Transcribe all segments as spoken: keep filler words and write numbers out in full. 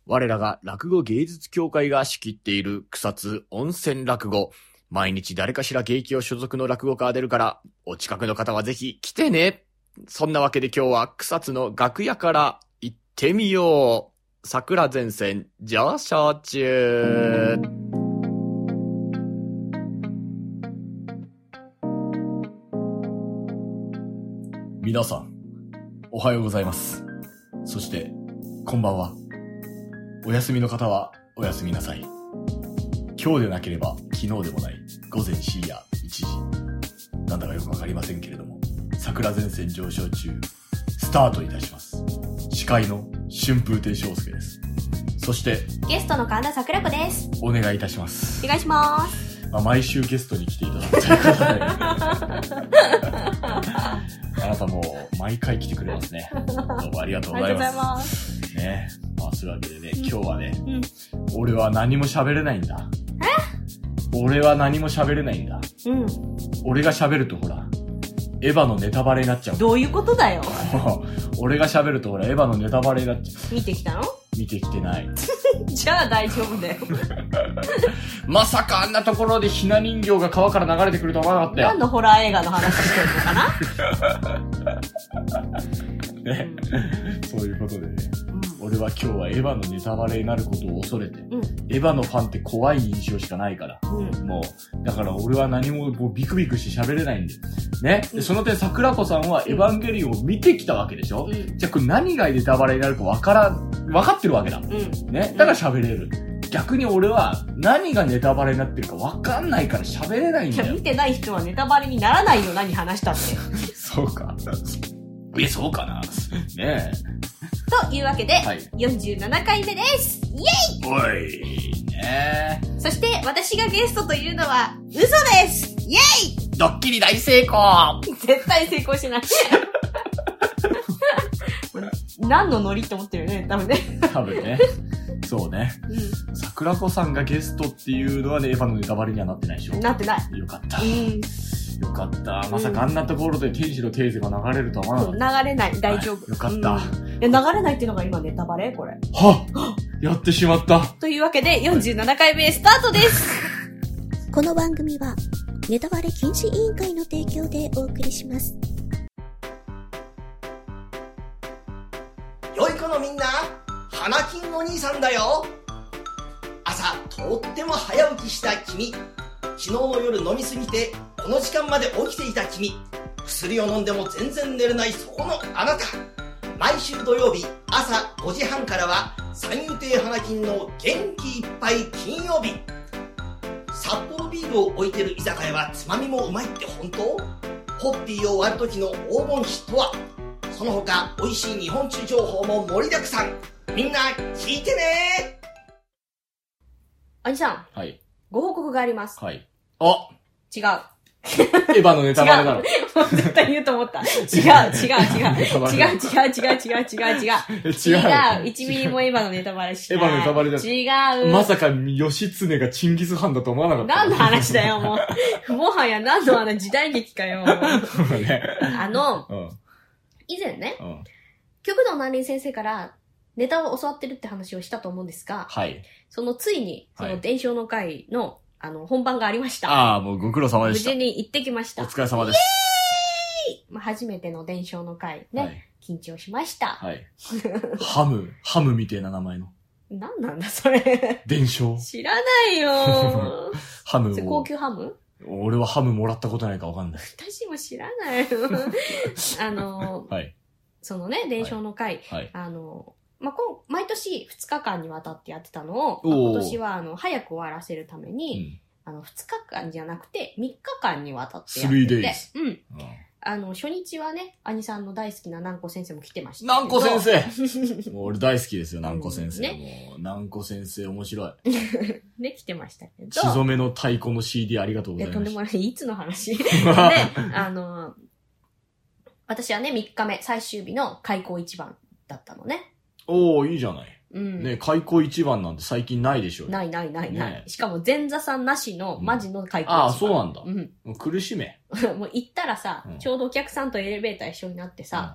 我らが落語芸術協会が仕切っている草津温泉落語。毎日誰かしら芸協所属の落語家が出るから、お近くの方はぜひ来てね。そんなわけで今日は草津の楽屋から行ってみよう。桜前線上昇中。皆さん、おはようございます。そして、こんばんは。お休みの方はおやすみなさい。今日でなければ昨日でもない午前深夜いちじ。なんだかよくわかりませんけれども、桜前線上昇中、スタートいたします。司会の春風亭昇介です。そして、 ゲストの神田桜子です。 お願いいたします。 お願いします。 まあ、毎週ゲストに来ていただくということで。あなたも毎回来てくれますね。どうもありがとうございます。ありがとうございます。ね。まあ、そういうわけでね、今日はね、うん、俺は何も喋れないんだ。え？俺は何も喋れないんだ。うん。俺が喋るとほら、エヴァのネタバレになっちゃう。 どういうことだよ。 俺が喋るとほら、エヴァのネタバレになっちゃう。 見てきたの？ 見てきてない。 じゃあ大丈夫だよ。 まさかあんなところでひな人形が川から流れてくるとは思わなかったよ。 何のホラー映画の話してるのかな。 ね、そういうことでね、うん、俺は今日はエヴァのネタバレになることを恐れて、うん、エヴァのファンって怖い印象しかないから、うん、もうだから俺は何ももうビクビクして喋れないんだよね、うん、でその点桜子さんはエヴァンゲリオンを見てきたわけでしょ、うん、じゃあこれ何がネタバレになるかわから分かってるわけだ、うん、ね、だから喋れる、うん、逆に俺は何がネタバレになってるか分かんないから喋れないんだよ。 見てない人はネタバレにならないよ、何話したって。 そうか。え、そうかなねえ。 というわけで、はい、よんじゅうななかいめです。イェイ！ おい、ねえ。 そして私がゲストというのは嘘です。イェイ！ ドッキリ大成功！ 絶対成功しない。何のノリって思ってるよね、多分ね。 多分ね。そうね。うん。桜子さんがゲストっていうのはね、エヴァのネタバレにはなってないでしょ。 なってない。 よかった。うん。よかった。まさかあんなところで天使のテーゼが流れるとは思わなかった。 流れない。大丈夫。 よかった。 うん、いや、流れないっていうのが今ネタバレこれ。 はっやってしまった。 というわけで、よんじゅうななかいめスタートです。 この番組は、ネタバレ禁止委員会の提供でお送りします。 良い子のみんな、花金お兄さんだよ。朝、とっても早起きした君。昨日の夜飲みすぎてこの時間まで起きていた君、薬を飲んでも全然寝れないそこのあなた、毎週土曜日朝ごじはんからは三遊亭花金の元気いっぱい金曜日。札幌ビールを置いてる居酒屋はつまみもうまいって本当？ホッピーを割る時の黄金比とは。その他美味しい日本酒情報も盛りだくさん。みんな聞いてね。 兄さん、 はい、 ご報告があります。 はい。あ、 違う。 エヴァのネタバレだろ。 絶対言うと思った。違う、違う、違う。違う、違う、違う、違う、違う、違う。違う。いちミリもエヴァのネタバレしない。 エヴァのネタバレだ。 違う。 まさか、義経がチンギスハンだと思わなかった。 何の話だよ、もう。もはや何のあの時代劇かよ。あの、うん、以前ね、うん、極道南林先生からネタを教わってるって話をしたと思うんですが、 はい。そのついに、その伝承の会の、はい、あの、本番がありました。 ああ、もうご苦労様でした。 無事に行ってきました。 お疲れ様です。 イエーイ、まあ、初めての伝承の会ね、はい、緊張しました。 はい。ハム、ハムみたいな名前の。 何なんだそれ。 伝承。 知らないよ。 ハムを。 高級ハム？ 俺はハムもらったことないかわかんない。 私も知らないよ。あの、はい。そのね、伝承の会、はい、あの、まあ、今毎年ふつかかんにわたってやってたのを、まあ、今年はあの早く終わらせるために、うん、あのふつかかんじゃなくてみっかかんにわたってやってて、 スリーデイズ、 うん、うん、あの初日はね、兄さんの大好きな南子先生も来てました。 南子先生もう俺大好きですよ、南子先生、うんね、もう南子先生面白い。 ね、来てましたけど。 血染めの太鼓の シーディー ありがとうございます。 とんでもない、いつの話で、あの、私はね、みっかめ、最終日の開口一番だったのね。 おー、いいじゃない。うん、ね、開口一番なんて最近ないでしょう。 ないないないない。ね、しかも前座さんなしのマジの開口一番。 うん、ああ、そうなんだ。うん。もう苦しめ。 もう行ったらさ、うん、ちょうどお客さんとエレベーター一緒になってさ、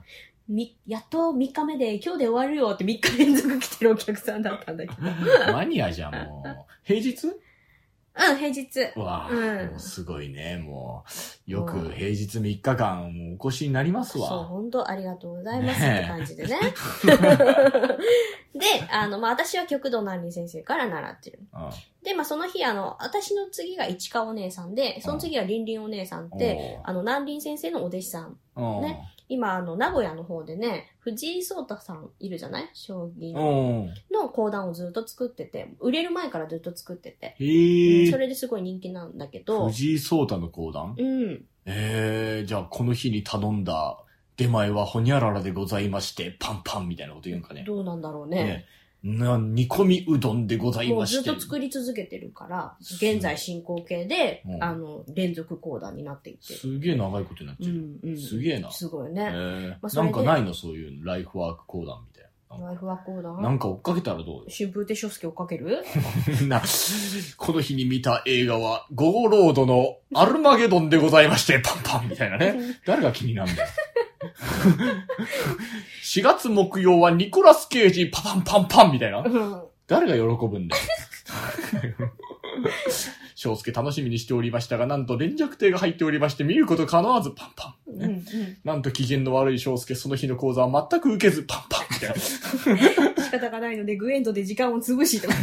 み、やっとみっかめで今日で終わるよってみっか連続来てるお客さんだったんだけど。 マニアじゃん、もう。平日うん、平日。 うわぁ、 うん、 もうすごいね、もう。よく平日みっかかんもうお越しになりますわ。 そう、本当ありがとうございますって感じでね。で、あの、まあ、私は極道南林先生から習ってる。 うん、 で、まあ、その日、あの、私の次が市川お姉さんで、その次はりんりんお姉さんって、あの、南林先生のお弟子さん。ね。今、あの、名古屋の方でね、藤井聡太さんいるじゃない将棋のの講談をずっと作ってて、売れる前からずっと作ってて。 へー、 うん、それですごい人気なんだけど。 藤井聡太の講談？ うん。 えー、じゃあこの日に頼んだ出前はほにゃららでございまして、パンパンみたいなこと言うんかね。 どうなんだろうね。ね、 な、煮込みうどんでございまして。 もうずっと作り続けてるから、現在進行形で、うん、あの、連続講談になっていって。 すげえ長いことになっちゃう。 うんうん、すげえな。 すごいね。 えーまあ、なんかないのそういうライフワーク講談みたいな。 ライフワーク講談なんか追っかけたらどう？ 春風亭昇介追っかけるな、この日に見た映画は、ゴゴロードのアルマゲドンでございまして、パンパンみたいなね。誰が気になるんだよ。しがつ木曜はニコラス・ケイジ、パパンパンパンみたいな。誰が喜ぶんだよ。翔介楽しみにしておりましたが、なんと連弱艇が入っておりまして、見ること叶わず、パンパン。ねうんうん、なんと機嫌の悪い翔介、その日の講座は全く受けず、パンパンみたいな。 仕方がないので、グエントで時間を潰しとか。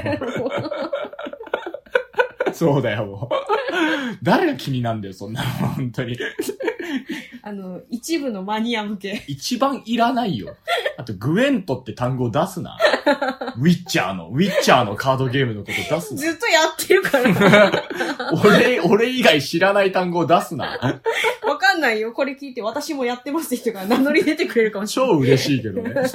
そうだよ、もう。誰が気になんだよ、そんなの、本当に。 あの、一部のマニア向け。 一番いらないよ。あと、グエントって単語を出すな。ウィッチャーの、ウィッチャーのカードゲームのこと出すな。 ずっとやってるから。 俺、俺以外知らない単語を出すな。 わかんないよ。これ聞いて私もやってますって人が名乗り出てくれるかもしれない。 超嬉しいけどね。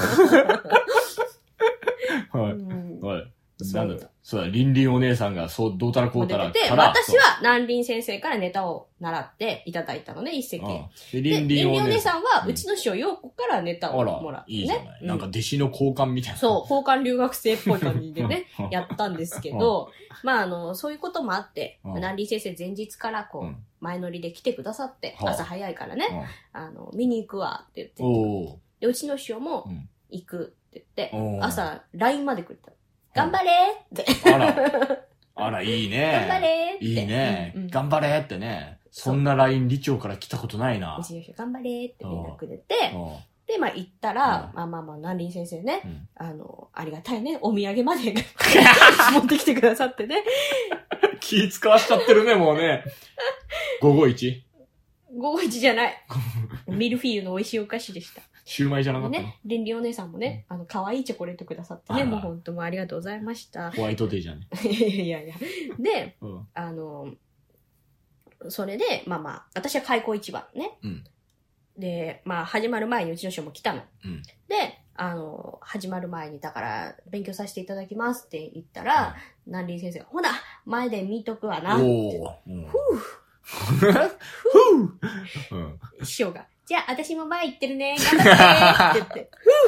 はい。うんはい。なんだったそうだ、リンリンお姉さんが、そう、どうたらこうたらから。私は南林先生からネタを習っていただいたのね、一席。 で、リンリンお姉さんは、うちの師匠陽子からネタをもらって、ね。 いいじゃない。なんか弟子の交換みたいな。 そう、交換留学生っぽい感じでね、やったんですけど、まあ、あの、そういうこともあって、南林先生前日からこう、前乗りで来てくださって、朝早いからね、あの、見に行くわって言って。で、うちの師匠も、行くって言って、朝、ライン まで来る。頑張れーって。 あら。あら、いいね。 頑張れーって。 いいね。うんうん、頑張れーってね。そんな ライン 理長から来たことないな。 うちの人頑張れーって連絡出て、で、まあ行ったら、まあまあまあ、南林先生ね、うん、あの、ありがたいね、お土産まで持ってきてくださってね。 気使わしちゃってるね、もうね。ごごいち？ ごごいちじゃない。ミルフィーユの美味しいお菓子でした。 シューマイじゃなかったの？ ね、リンリンお姉さんもね、あの、可愛いチョコレートくださってね、もう本当もありがとうございました。 ホワイトデーじゃね。 いやいや。で、うん、あの、それで、まあまあ、私は開口一番ね。うん、で、まあ、始まる前にうちの師匠も来たの。うん、で、あの、始まる前に、だから、勉強させていただきますって言ったら、うん、南林先生が、ほな、前で見とくわなって。おうん、ふぅ。ふぅ。うん、師匠が、じゃあ、私も前行ってるね。頑張ってって言って。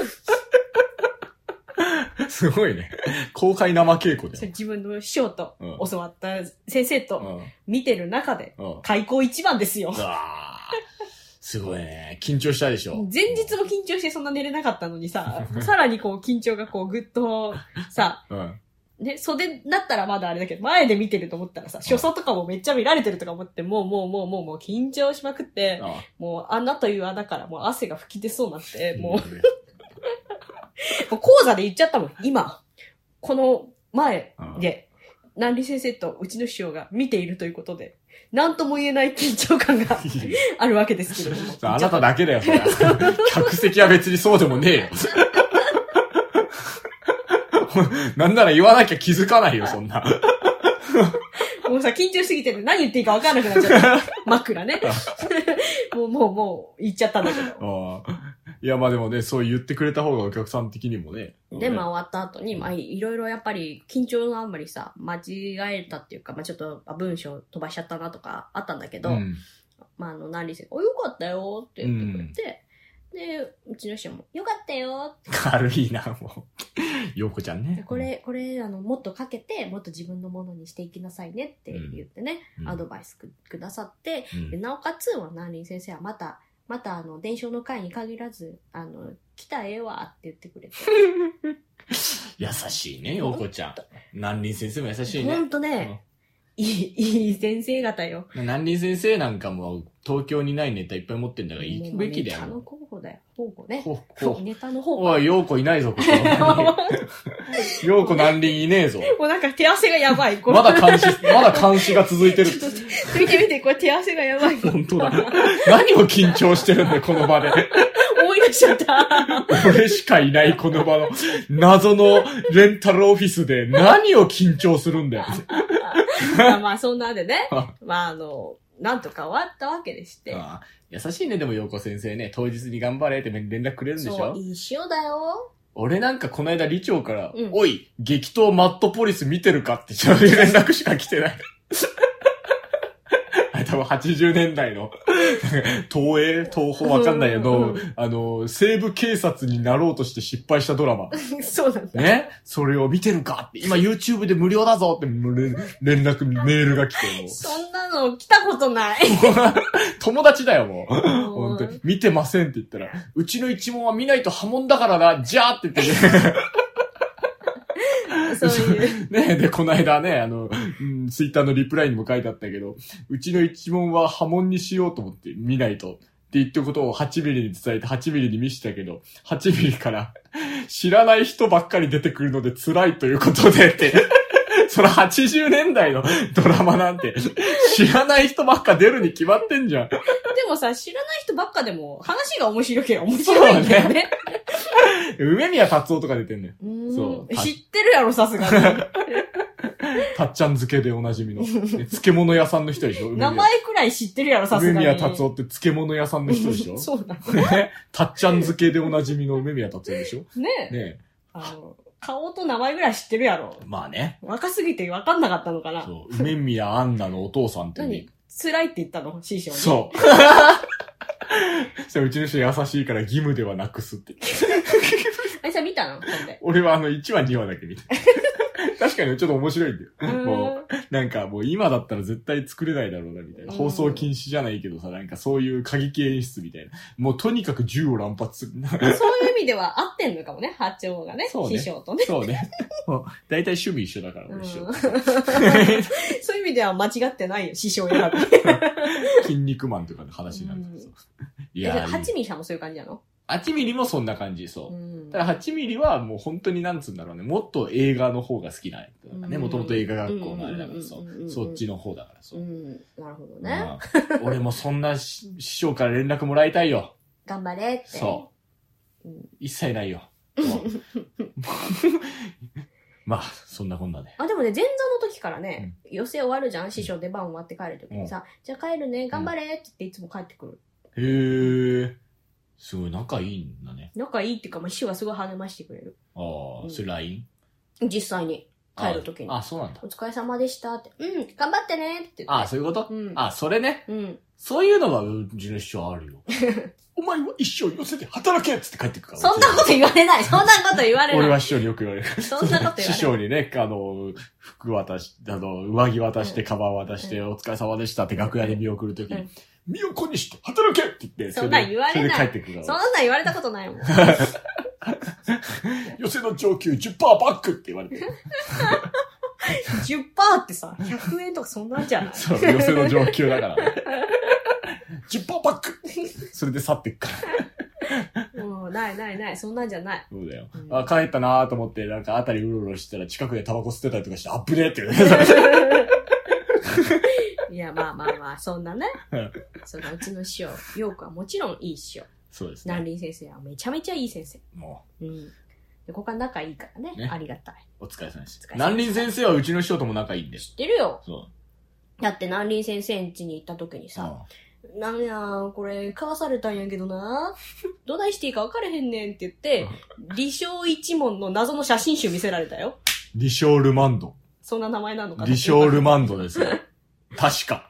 ふぅすごいね。公開生稽古で。 自分の師匠と教わった先生と見てる中で、開口一番ですよ。 すごいね。緊張したでしょ。 前日も緊張してそんな寝れなかったのにさ、さらにこう緊張がこうぐっとさ、うんね、袖だったらまだあれだけど、前で見てると思ったらさ、所作とかもめっちゃ見られてるとか思って、もうもうもうもうもう緊張しまくって、ああもう穴という穴からもう汗が吹き出そうになって、もう、もう講座で言っちゃったもん、今。この前で、南里先生とうちの師匠が見ているということで、なんとも言えない緊張感があるわけですけれども。 あなただけだよ、それ。客席は別にそうでもねえよ。なんなら言わなきゃ気づかないよ、そんな。 もうさ、緊張しすぎて何言っていいか分からなくなっちゃった。枕ね。もう、もう、もう、言っちゃったんだけど。 あいや、まあでもね、そう言ってくれた方がお客さん的にもね。 で、まあ終わった後に、まあいろいろやっぱり緊張のあんまりさ、間違えたっていうか、まあちょっと文章飛ばしちゃったなとかあったんだけど、うん、まああの、何理性、お、よかったよって言ってくれて、うん、で、うちの人も、よかったよって。 軽いな、もう。ようこちゃんね。 これ、これ、あの、もっとかけて、もっと自分のものにしていきなさいねって言ってね、うん、アドバイス く, くださって、うん、でなおかつ、南林先生はまた、 またあの、伝承の会に限らず、あの、来たらええわって言ってくれて。 優しいね、ようこちゃん。南林先生も優しいね。 ほんとね、うん、いい、いい先生方よ。 南林先生なんかも東京にないネタいっぱい持ってんだから行くべきだよ。 ネタの候補だよ。候補ね。 ほほネタの方おい、ようこいないぞ、ここ。ようこ南林いねえぞ。 もうなんか手汗がやばい。 まだ監視、まだ監視が続いてる。 見て見て、これ手汗がやばい。 本当だ。何を緊張してるんだよ、この場で。 思い出しちゃった。 俺しかいないこの場の謎のレンタルオフィスで何を緊張するんだよ。 まあまあそんなんでね。まああの、なんとか終わったわけでして。 ああ優しいね、でも陽子先生ね。当日に頑張れって連絡くれるんでしょ。 そう、いい塩だよ。 俺なんかこの間李長から、 うん、 おい、激闘マットポリス見てるかってちょっと連絡しか来てない。多分はちじゅうねんだいの東映東宝わかんないけど、あの西部警察になろうとして失敗したドラマそうなんだね、それを見てるかって、今 YouTube で無料だぞって連絡メールが来て、もうそんなの来たことない友達だよもう本当に見てませんって言ったら、うちの一問は見ないと破門だからな、じゃーって言ってねそういう。 ねで、この間ね、あの、うん、ツイッターのリプライにも書いてあったけど、うちの一問は破門にしようと思って見ないと。って言ったことをはちミリに伝えてはちミリに見せたけど、はちミリから知らない人ばっかり出てくるので辛いということでって、そのはちじゅうねんだいのドラマなんて知らない人ばっか出るに決まってんじゃん。でもさ、知らない人ばっかでも話が面白ければ面白いんだよね。 梅宮達夫とか出てんのよ。 そう。知ってるやろ、さすがに。 たっちゃん漬けでおなじみの。漬物屋さんの人でしょ。 名前くらい知ってるやろ、さすがに。 梅宮達夫って漬物屋さんの人でしょ。 そうだね。 たっちゃん漬けでおなじみの梅宮達夫でしょ。 ねえ。ねえ。あの、顔と名前ぐらい知ってるやろ。 まあね。 若すぎて分かんなかったのかな。 そう。梅宮アンナのお父さんって何辛いって言ったの師匠に。 そう。それうちの人優しいから義務ではなくすって言って。 あれさ、見たので俺はあのいちわにわだけ見た。確かにちょっと面白いんだよ。もう、なんかもう今だったら絶対作れないだろうなみたいな。放送禁止じゃないけどさ、なんかそういう過激演出みたいな。もうとにかく銃を乱発する。 そういう意味では合ってんのかもね、八丁がね。そうね。師匠とね。 そうね。もう大体趣味一緒だから、一緒。 そういう意味では間違ってないよ、師匠選び。 筋肉マンとかの話になるけどさ。 いや、はちミリさんもそういう感じなの？ はちミリもそんな感じ、そう。うん、ただはちミリはもう本当になんつうんだろうね、もっと映画の方が好きなやね、もともと映画学校のあれだからそう、そっちの方だからそう。うん、 なるほどね。 まあ、俺もそんな師匠から連絡もらいたいよ。 頑張れって。 そう。うん、一切ないよ。まあ、そんなこんなで。 あ、でもね、前座の時からね、うん、寄せ終わるじゃん、師匠出番終わって帰る時にさ、うん、じゃあ帰るね、頑張れって言っていつも帰ってくる。 へー。すごい仲いいんだね。 仲いいっていうか、まあ、師匠はすごい励ましてくれる。 ああ、うん、それ ライン？ 実際に。帰る時に。 あ、そうなんだ。 お疲れ様でしたって。うん、頑張ってねって言って。 あ、そういうこと？うん。あ、それね。 うん。 そういうのはうちの師匠あるよ。お前は一生寄せて働けっつって帰ってくから。 そんなこと言われない。そんなこと言われない。 俺は師匠によく言われる。 そんなこと言われない。 師匠にね、あの、服渡し、あの、上着渡して、カバン渡して、お疲れ様でしたって楽屋で見送るときに、身を粉にして働けって言って、 そんな言われない。 それで帰ってくるから。 そんな言われたことないもん。 寄せの上級 じゅっパーセント バックって言われてる。 じゅっパーセント ってさ、ひゃくえんとかそんなんじゃない？ そう、寄せの上級だからね。じゅっパーセント バックそれで去ってっから。 もう、ないないない、そんなんじゃない。 そうだよ。うん、あ、帰ったなーと思って、なんかあたりうろうろしてたら近くでタバコ吸ってたりとかして、アップデーって言うね。 いや、まあまあまあ、そんなね。そのうちの師匠、陽子はもちろんいい師匠。 そうですね。 南林先生はめちゃめちゃいい先生。 もう。うん。で、ここは仲いいからね。ね、ありがたい。 お疲れ様です。南林先生はうちの師匠とも仲いいんで。 知ってるよ。 そう。 だって南林先生ん家に行った時にさ、うん、なんや、これ、買わされたんやけどな。どないしていいか分かれへんねんって言って、李承一門の謎の写真集見せられたよ。 李承ルマンド。 そんな名前なのかな。 李承ルマンドですよ。確か。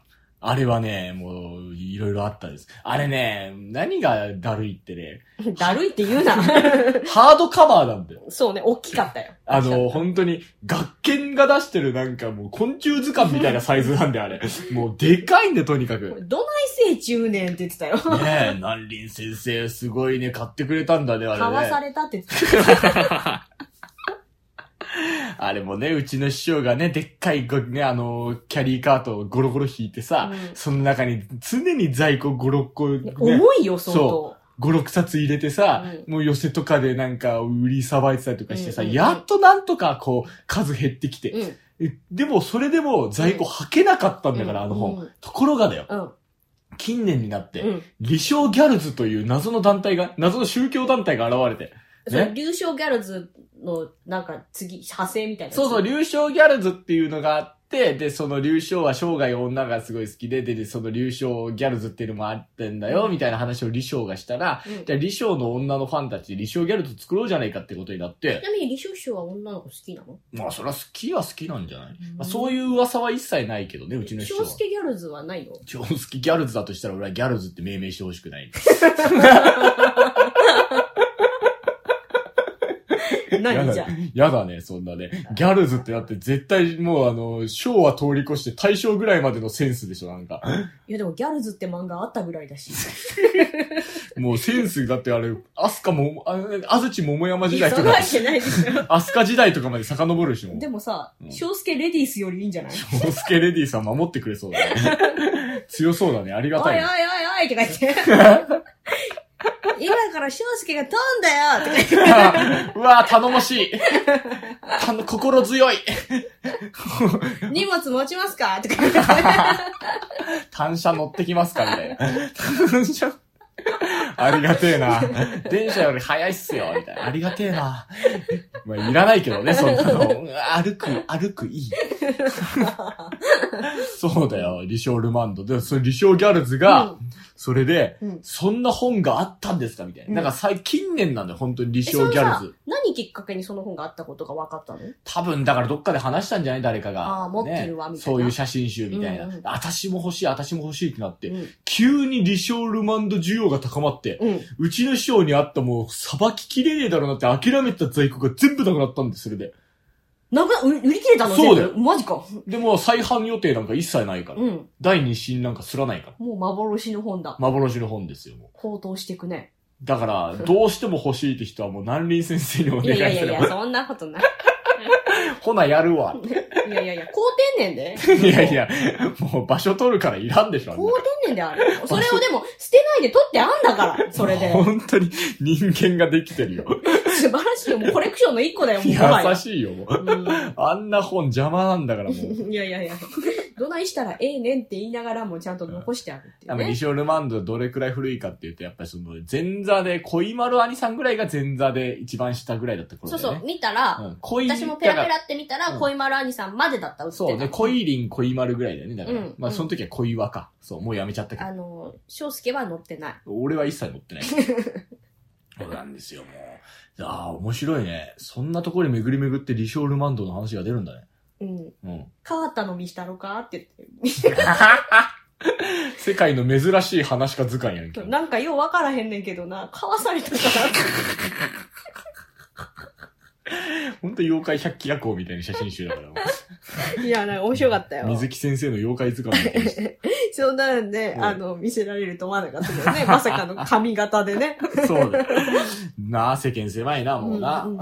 あれはね、もう、いろいろあったです。あれね、何がだるいってね。 だるいって言うな。 ハードカバーなんだよ。 そうね、大きかったよ。 あの、本当に、学研が出してるなんかもう昆虫図鑑みたいなサイズなんであれ。もうでかいんで、とにかく。 どないせい中年って言ってたよ。 ねえ、南林先生すごいね、買ってくれたんだね、あれね。 買わされたって言ってた。 あれもね、うちの師匠がね、でっかいご、ね、あの、キャリーカートをゴロゴロ引いてさ、うん、その中に常に在庫ご、ろっこ、ね。 重いよ、相当。そう。 ご、ろくさつ入れてさ、うん、もう寄せとかでなんか売りさばいてたりとかしてさ、うんうんうん、やっとなんとかこう、数減ってきて。うん、でも、それでも在庫履けなかったんだから、うん、あの本、うん。ところがだよ。うん近年になって、うん、李承ギャルズという謎の団体が、謎の宗教団体が現れて。 ね、劉将ギャルズの、なんか次、派生みたいな。 そうそう、劉将ギャルズっていうのがあって、で、その劉将は生涯女がすごい好きで、で、その劉将ギャルズっていうのもあってんだよ、うん、みたいな話を李将がしたら、うん、じゃあ李将の女のファンたちで李将ギャルズ作ろうじゃないかってことになって。 ちなみに李将師匠は女の子好きなの？ まあ、それは好きは好きなんじゃない、うんまあ、そういう噂は一切ないけどね、うちの師匠は。 長介ギャルズはないの？ 長介ギャルズだとしたら俺はギャルズって命名してほしくない。 何じゃやだね、そんなね。ギャルズってだって絶対もうあの、昭和通り越して大正ぐらいまでのセンスでしょ、なんか。 いやでもギャルズって漫画あったぐらいだし。 もうセンスだってあれ、アスカも、あずち桃山時代とか。 そんなわけないでしょ。 アスカ時代とかまで遡るしも。 でもさ、翔介レディースよりいいんじゃない？ 翔介レディースは守ってくれそうだね。強そうだね、ありがたい、ね。 おいおいおいおいって書いて。今から翔介が飛んだよとか言って。 うわぁ、頼もしい。たの心強い。 荷物持ちますかとか言って。 単車乗ってきますかみたいな。単車ありがてえな。電車より早いっすよみたいな。ありがてえな。まあ、いらないけどね、そんなの。歩く、歩くいい。そうだよ、李承ルマンド。で、それ李承ギャルズが、うんそれで、うん、そんな本があったんですかみたいな。うん、なんか最近年なんだよ、本当に李承ギャルズ。 何きっかけにその本があったことが分かったの？ 多分、だからどっかで話したんじゃない誰かが。 ああ、持ってるわ、みたいな、 ね。そういう写真集みたいな。うんうん、私も欲しい、私も欲しいってなって、うん、急に李承ルマンド需要が高まって、うん、うちの師匠にあったもう、さばききれねえだろうなって諦めた在庫が全部なくなったんです、それで。 なんか、売り切れたの？ そうだよ。 マジか。 でも、再販予定なんか一切ないから。うん。第二審なんかすらないから。 もう幻の本だ。 幻の本ですよ、もう。 高騰していくね。 だから、どうしても欲しいって人はもう南林先生にお願いすれば。 いやいやいや、そんなことない。 ほな、やるわ。 いやいやいや、高天然で。 いやいや、もう場所取るからいらんでしょ。 高天然である。それをでも、捨てないで取ってあんだから、それで。 本当に人間ができてるよ。 素晴らしいよ。もうコレクションの一個だよ、もう。 優しいよ、もう。うん、あんな本邪魔なんだから、もう。 いやいやいや。どないしたらええねんって言いながらもちゃんと残してあるっていう、ね。 あの、李承ルマンドどれくらい古いかっていうと、やっぱりその、前座で、恋丸兄さんぐらいが前座で一番下ぐらいだった頃だよね。 そうそう、見たら、うん、私もペラペラって見たら、うん、恋丸兄さんまでだった、 そうね、恋林恋丸ぐらいだよね。だから、うん、まあその時は恋和か。そう、もうやめちゃったけど。 あの、翔介は乗ってない。 俺は一切乗ってない。そうなんですよ、もう。ああ、面白いね。そんなところに巡り巡って李承ルマンドの話が出るんだね。うん。うん。 変わったの見したろかって言って。 世界の珍しい話か図鑑やんけ。 なんかようわからへんねんけどな。買わされたから。 ほんと妖怪百鬼夜行みたいな写真集だから。 いや、なんか面白かったよ。 水木先生の妖怪図鑑みたいな。 そうなんで、うん、あの、見せられると思わなかったけどね。まさかの髪型でね。 そうだよ。なあ、世間狭いな、もうな。うんうん、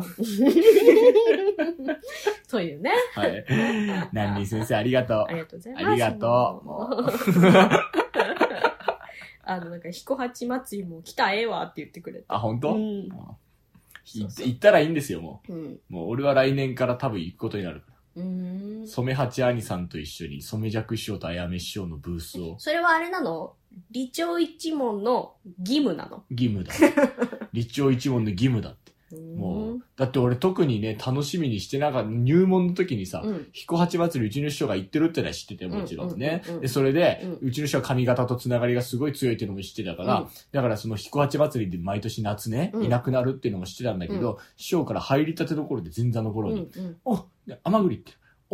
そういうね。 はい。南林先生ありがとう。 ありがとうございます。 ありがとう。あの、なんか、彦八祭りも来たええわって言ってくれた。 あ、本当？ うん。 行ったらいいんですよ、もう。うん、もう俺は来年から多分行くことになるから。うーん。染八兄さんと一緒に染尺師匠とあやめ師匠のブースを。 それはあれなの？李朝一門の義務なの？ 義務だ。李朝一門の義務だって。もう、だって俺特にね、楽しみにしてなかった。入門の時にさ、うん、彦八祭りうちの師匠が行ってるってのは知ってて、もちろんね。うんうんうんうん、で、それで、うん、うちの師匠は髪型とつながりがすごい強いっていうのも知ってたから、うん、だからその彦八祭りで毎年夏ね、うん、いなくなるっていうのも知ってたんだけど、うん、師匠から入りたての頃で前座の頃に、うんうん、お、甘栗って、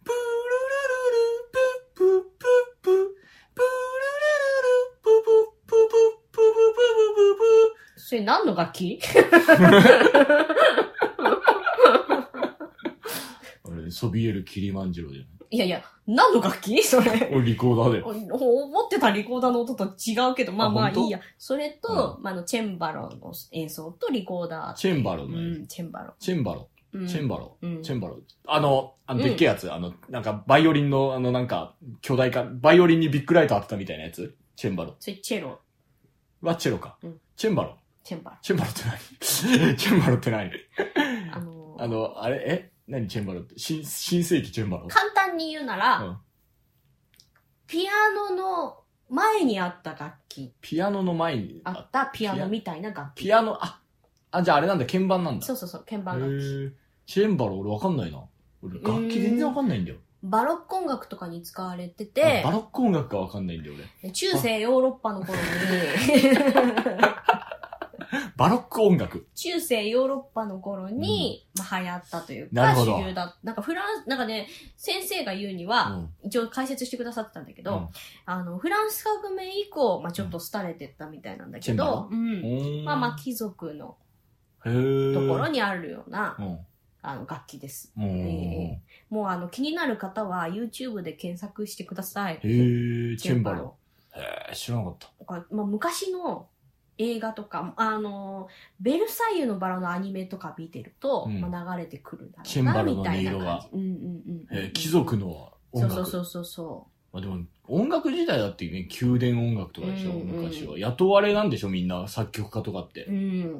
プルルルル、プップップップ、プルルルルル、ププップップップププププ。 それ何の楽器？ あれ、そびえるキリマンジェロじゃない？ いやいや、何の楽器それ。 リコーダーだよ。 思ってたリコーダーの音と違うけど、まあまあいいや。それと、うん、まあ、の、チェンバロの演奏とリコーダー。 チェンバロの、 うん、チェンバロ。 チェンバロ。チェンバロ。チェンバロ。あの、あの、でっけえやつ、うん、あの、なんか、バイオリンの、あの、なんか、巨大化、バイオリンにビッグライト当てたみたいなやつ？チェンバロ。 それ、チェロ。 は、チェロか。うん、チェンバロ。 チェンバロ。 チェンバロって何？チェンバロって何？ あのー、 あの、あれ、え何チェンバロって？新、新世紀チェンバロ？ 簡単に言うなら、うん、ピアノの前にあった楽器。 ピアノの前にあったピアノみたいな楽器。 ピアノ、あ、 あ、じゃああれなんだ、鍵盤なんだ。 そうそうそう、鍵盤楽器。 チェンバロ俺わかんないな。俺楽器全然わかんないんだよ。 バロック音楽とかに使われてて、 バロック音楽がわかんないんだよ俺。 中世ヨーロッパの頃に、 バロック音楽中世ヨーロッパの頃に、うん、まあ、流行ったというか、 なるほど主流だ。なんかフランス、なんかね、先生が言うには、うん、一応解説してくださってたんだけど、うん、あの、フランス革命以降、まあちょっと廃れてったみたいなんだけど、うん。まあまあ貴族のところにあるような、うん、あの、楽器です。えー、もうあの、気になる方は YouTube で検索してください。 へー、チェンバロ。へー、知らなかった。 まあ、昔の映画とか、あの、ベルサイユのバラのアニメとか見てると、うん、まあ、流れてくるんだろうな、 チェンバロの音色が。 うんうんうん、 えー、貴族の音楽。 そうそうそうそう。 まあでも、音楽自体だってね、宮殿音楽とかでしょ、うんうん、昔は。雇われなんでしょ、みんな、作曲家とかって。うん、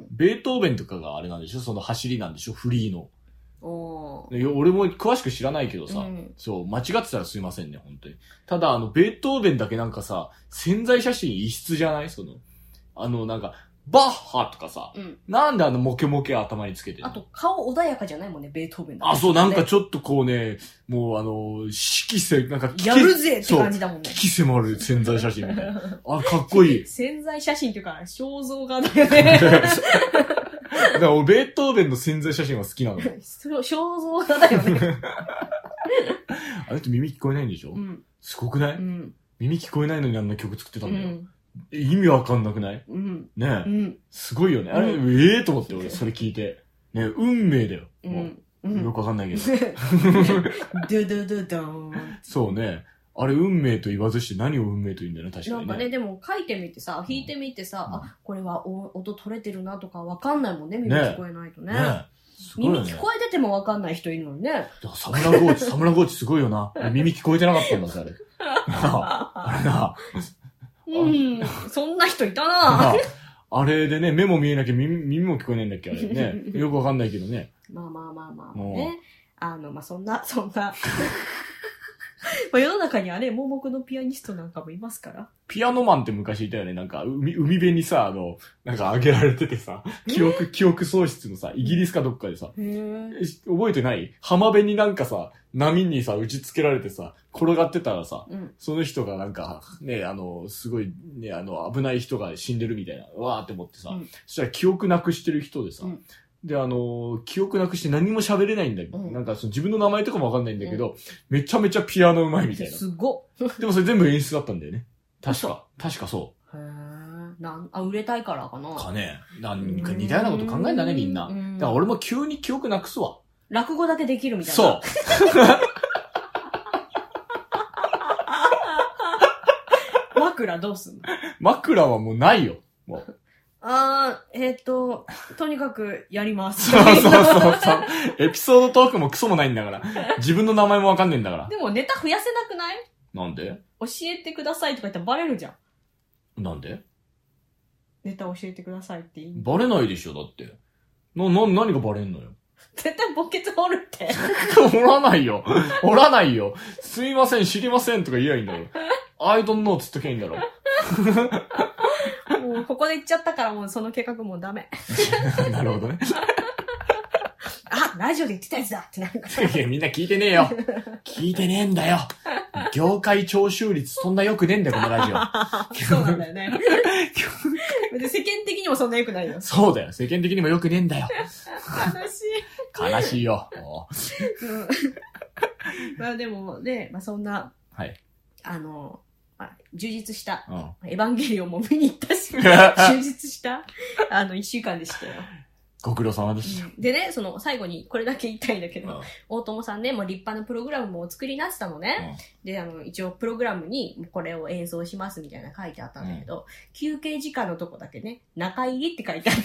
ベートーベンとかがあれなんでしょ、その走りなんでしょ、フリーの。お俺も詳しく知らないけどさ、うん、そう、間違ってたらすいませんね、本当に。ただ、あの、ベートーベンだけなんかさ、潜在写真異質じゃないその、あの、なんか、バッハとかさ、うん、なんであのモケモケ頭につけてるの？ あと、顔穏やかじゃないもんね、ベートーベンだ、 ね。あ、そう、なんかちょっとこうね、もうあの、色せ、なんか、 やるぜって感じだもんね。 危機迫る潜在写真みたいな。あ、かっこいい。 潜在写真っていうか、肖像画だよね。 だから俺、ベートーベンの潜在写真は好きなの。 肖像画だよね。 あれって耳聞こえないんでしょ？うん、すごくない？うん、耳聞こえないのにあんな曲作ってたんだよ。うん意味わかんなくない？うん。ねえ。うん。すごいよね。あれ、うん、ええー、と思って俺、それ聞いて。ね運命だよ。もう、うん、よくわかんないけど。ドゥドゥドゥドーン。そうね。あれ、運命と言わずして何を運命と言うんだよね、確かにね。 なんかね、でも書いてみてさ、弾いてみてさ、うん、あ、これは音取れてるなとかわかんないもんね、耳聞こえないとね。ねねすごいよね耳聞こえててもわかんない人いるのにね。 サムラゴーチ、サムラゴーチすごいよな。耳聞こえてなかったんだぜ、あれ。あれな。 うん、そんな人いたなぁ。 あれでね、目も見えなきゃ耳、耳も聞こえないんだっけあれね。よくわかんないけどね。 まあまあまあまあね。あの、まあそんな、そんな。まあ世の中にはね、盲目のピアニストなんかもいますから。 ピアノマンって昔いたよね。なんか、海、海辺にさ、あの、なんか上げられててさ、記憶、記憶喪失のさ、イギリスかどっかでさ、覚えてない浜辺になんかさ、波にさ、打ち付けられてさ、転がってたらさ、うん、その人がなんか、ね、あの、すごい、ね、あの、危ない人が死んでるみたいな、わーって思ってさ、うん、そしたら記憶なくしてる人でさ、うんで、あの、記憶なくして何も喋れないんだけど、うん、なんかその自分の名前とかもわかんないんだけど、うん、めちゃめちゃピアノ上手いみたいな。 すごっ。 でもそれ全部演出だったんだよね。確か。確かそう。 へー。なん、あ、売れたいからかな。 かね。なんか似たようなこと考えんだね、みんな。だから俺も急に記憶なくすわ。 落語だけできるみたいな。 そう。 枕どうすんの？ 枕はもうないよ。もう。 あー、えっ、ー、と、とにかくやります。 そうそうそうそう。エピソードトークもクソもないんだから。自分の名前もわかんねえんだから。 でもネタ増やせなくない？ なんで？ 教えてくださいとか言ったらバレるじゃん。なんで？ ネタ教えてくださいって言い。 バレないでしょ、だって。な、な、何がバレんのよ。 絶対ボケツ掘るって。 掘らないよ。掘らないよ。すいません、知りませんとか言えばいいんだよ。I don't know つっときゃいいんだろ。 もうここで言っちゃったからもうその計画もうダメ。 なるほどね。 あ、ラジオで言ってたやつだってなるから。 いや、みんな聞いてねえよ。聞いてねえんだよ。業界徴収率そんな良くねえんだよ、このラジオ。 そうなんだよね。で世間的にもそんな良くないよ。 そうだよ。世間的にも良くねえんだよ。 悲しい。 悲しいよ。 うん、まあでもね、まあそんな、 はい。 あの、充実した、うん、エヴァンゲリオンも見に行ったし、充実した、あの、一週間でしたよ。 ご苦労様でした、 うん。でね、その、最後にこれだけ言いたいんだけど、うん、大友さんね、もう立派なプログラムもお作りになってたのね。うん、で、あの、一応プログラムにこれを演奏しますみたいな書いてあったんだけど、うん、休憩時間のとこだけね、中入りって書いてあった。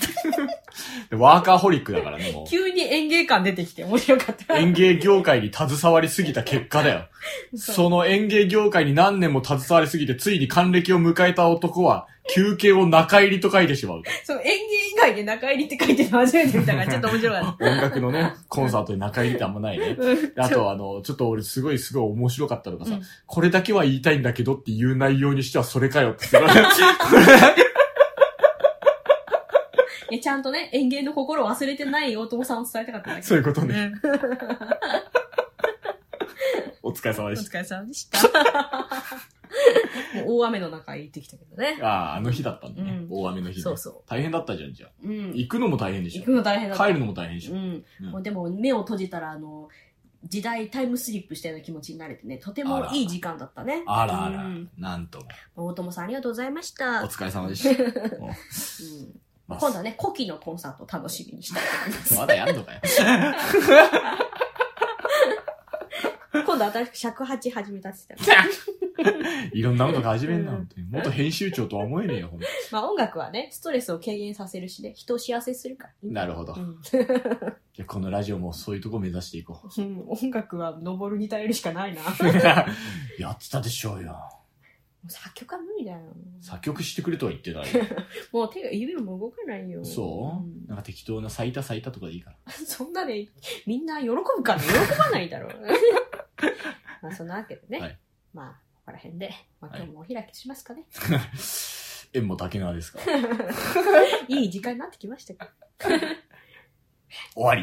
でワーカーホリックだからね、もう。 急に演芸感出てきて面白かった。 演芸業界に携わりすぎた結果だよ。そ, その演芸業界に何年も携わりすぎて、ついに還暦を迎えた男は、休憩を中入りと書いてしまう。 そう、演芸以外で中入りって書いてるの初めて見たからちょっと面白かった。 音楽のね、コンサートで中入りってあんまないね。うん、あとあの、ちょっと俺すごいすごい面白かったのがさ、うん、これだけは言いたいんだけどっていう内容にしてはそれかよって言ってえ、ちゃんとね、園芸の心を忘れてない大友さんを伝えたかっただけ。 そういうことね。お疲れ様でした。 お疲れ様でした。もう大雨の中行ってきたけどね。 ああ、あの日だったんだね。うん、大雨の日で。 そうそう。 大変だったじゃん、じゃあ。 うん。 行くのも大変でしょ。 行くの大変だった。 帰るのも大変でしょ。 うん。うん、もうでも目を閉じたら、あの、時代タイムスリップしたような気持ちになれてね、とてもいい時間だったね。 あらあら、うん、なんとも。 大友さんありがとうございました。 お疲れ様でした。うんまあ、今度はね、古希のコンサートを楽しみにしたいと思います。 まだやんのかよ。 今度新しく尺八始めたって言ってたよ。 いろんなことが始めんな、本当に。元編集長とは思えねえよ、ほんと。 まあ音楽はね、ストレスを軽減させるしね、人を幸せするから。 なるほど。うん、じゃあこのラジオもそういうとこ目指していこう。 うん、音楽は登るに頼るしかないな。 やってたでしょうよ。 作曲は無理だよ。 作曲してくれとは言ってない。 もう手が、指も動かないよ。 そう、うん、なんか適当な咲いた咲いたとかでいいから。 そんなで、みんな喜ぶから喜ばないだろう。まあそんなわけでね。はい、まあ、ここら辺で、まあ今日もお開きしますかね。 はい、縁も竹縄ですか。 いい時間になってきましたか。 終わり。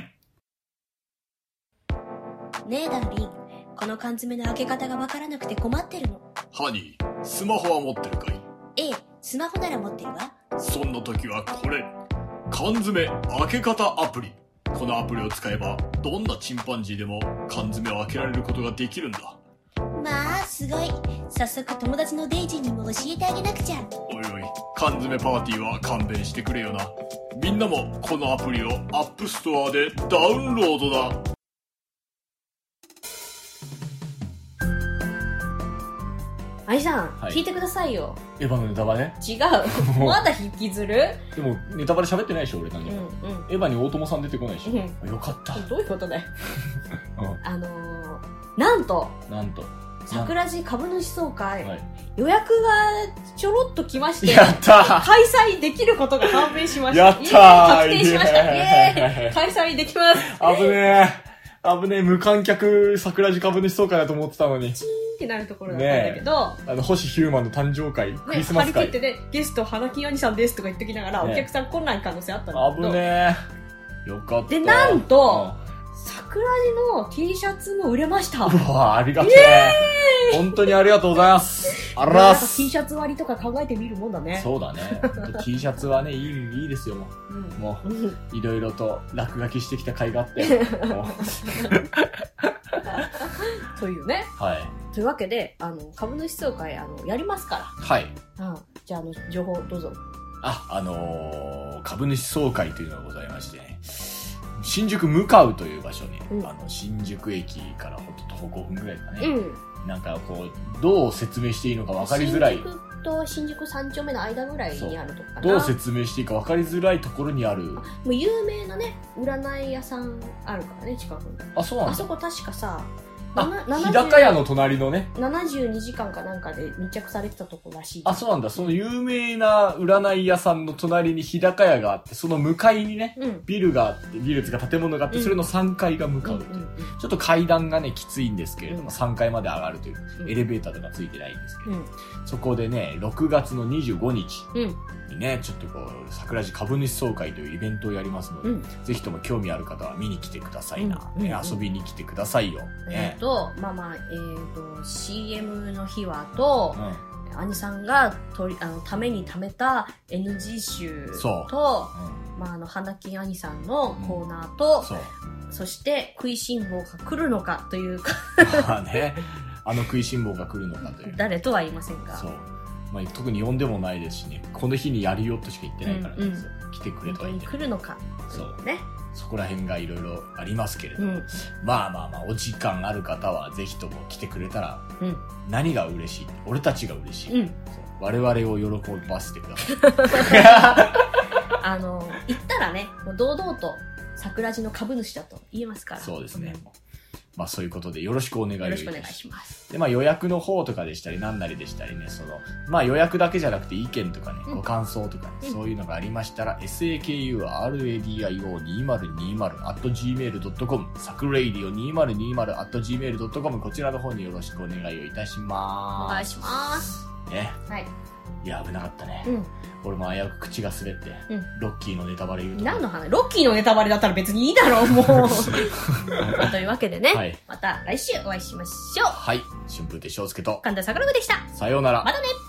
ねえダーリン、この缶詰の開け方がわからなくて困ってるの。 ハニー、スマホは持ってるかい？ ええ、スマホなら持ってるわ。 そんな時はこれ、缶詰開け方アプリ。このアプリを使えばどんなチンパンジーでも缶詰を開けられることができるんだ。 まあすごい。早速友達のデイジーにも教えてあげなくちゃ。 おいおい、缶詰パーティーは勘弁してくれよな。みんなもこのアプリをアップストアでダウンロードだ。 アイさん、 はい、 聞いてくださいよ。 エヴァのネタバレ？ 違う。まだ引きずる？ でも、ネタバレ喋ってないでしょ、俺何も。うんうん、エヴァに大友さん出てこないでしょ。うん、よかった。 どういうことだよ。うん、あのー、なんと、 なんと、 桜地株主総会、はい、予約がちょろっと来まして、 やったー、 開催できることが判明しました。 やったー、 確定しました。イエーイ、開催できます。 危ねー。危ねえ、無観客桜地株主総会だと思ってたのに。 チーンってなるところだったんだけど、 ね、あの、星ヒューマンの誕生会、ね、クリスマス会。 張り切ってね、ゲスト、花金兄さんですとか言ってきながら、ね、お客さん来ない可能性あったんだけど。 危ねえ。よかった。 で、なんと、うん、桜地の T シャツも売れました。 うわ、ありがとうね。本当にありがとうございます。あらーす。 T シャツ割りとか考えてみるもんだね。 そうだね。T シャツはね、いい、いいですよ、もう。うん、もう、いろいろと落書きしてきた甲斐があって。もうというね。 はい。 というわけで、あの、株主総会、あの、やりますから。 はい。 うん。じゃあ、あの、情報どうぞ。 あ、あのー、株主総会というのがございましてね。新宿向かうという場所に、うん、あの、新宿駅からほんと徒歩ごふんぐらいかね。うん。なんかこう、どう説明していいのか分かりづらい。 新宿と新宿三丁目の間ぐらいにあるとこかな。 どう説明していいか分かりづらいところにある。 もう有名なね、占い屋さんあるからね、近くに。 あ、そうなんだ。 あそこ確かさ、 あ、日高屋の隣のね。 ななじゅうにじかんかなんかで密着されてたとこらしい。 あ、そうなんだ。その有名な占い屋さんの隣に日高屋があって、その向かいにね、うん、ビルがあって、ビルが建物があって、うん、それのさんがいが向かうという、うんうんうん。ちょっと階段がね、きついんですけれども、うん、さんがいまで上がるという、うん、エレベーターとかついてないんですけど、うん、そこでね、ろくがつのにじゅうごにちにね、ちょっとこう、桜地株主総会というイベントをやりますので、うん、ぜひとも興味ある方は見に来てくださいな。うんうんうん、遊びに来てくださいよ。ね、 えっと、まあまあ、えっと、シーエム の日はと、うん、兄さんがとりあのために貯めた エヌジー 集と、うん、まあ、あの花金兄さんのコーナーと、うん、そ, そして食いしん坊が来るのかというかまあね、あの食いしん坊が来るのかという、 誰とは言いませんが、 そう、まあ、特に呼んでもないですしね、この日にやるよとしか言ってないからね、うんうん、来てくれとは言ってない。 本当に来るのか、 そうね、そこら辺がいろいろありますけれども、うん、まあまあまあ、お時間ある方はぜひとも来てくれたら、うん、何が嬉しい、俺たちが嬉しい、うん、我々を喜ばせてくださいあの言ったらね、もう堂々と桜地の株主だと言えますから。 そうですね、うん、まあそういうことでよろしくお願いします。 よろしくお願いします。 で、まあ予約の方とかでしたり何なりでしたりね、その、まあ予約だけじゃなくて意見とかね、うん、ご感想とかね、うん、そういうのがありましたら、サクラディオ にせんにじゅう アット ジーメール ドットコム サクラディオ にせんにじゅう アット ジーメール ドットコム こちらの方によろしくお願いをいたします。 お願いします。 ね。 はい。 いや、危なかったね。うん。俺も危うく口が滑って、うん、ロッキーのネタバレ言うと。 何の話？ロッキーのネタバレだったら別にいいだろう、もう。というわけでね、はい、また来週お会いしましょう。 はい。春風亭昇介と神田桜子でした。 さようなら。 またね。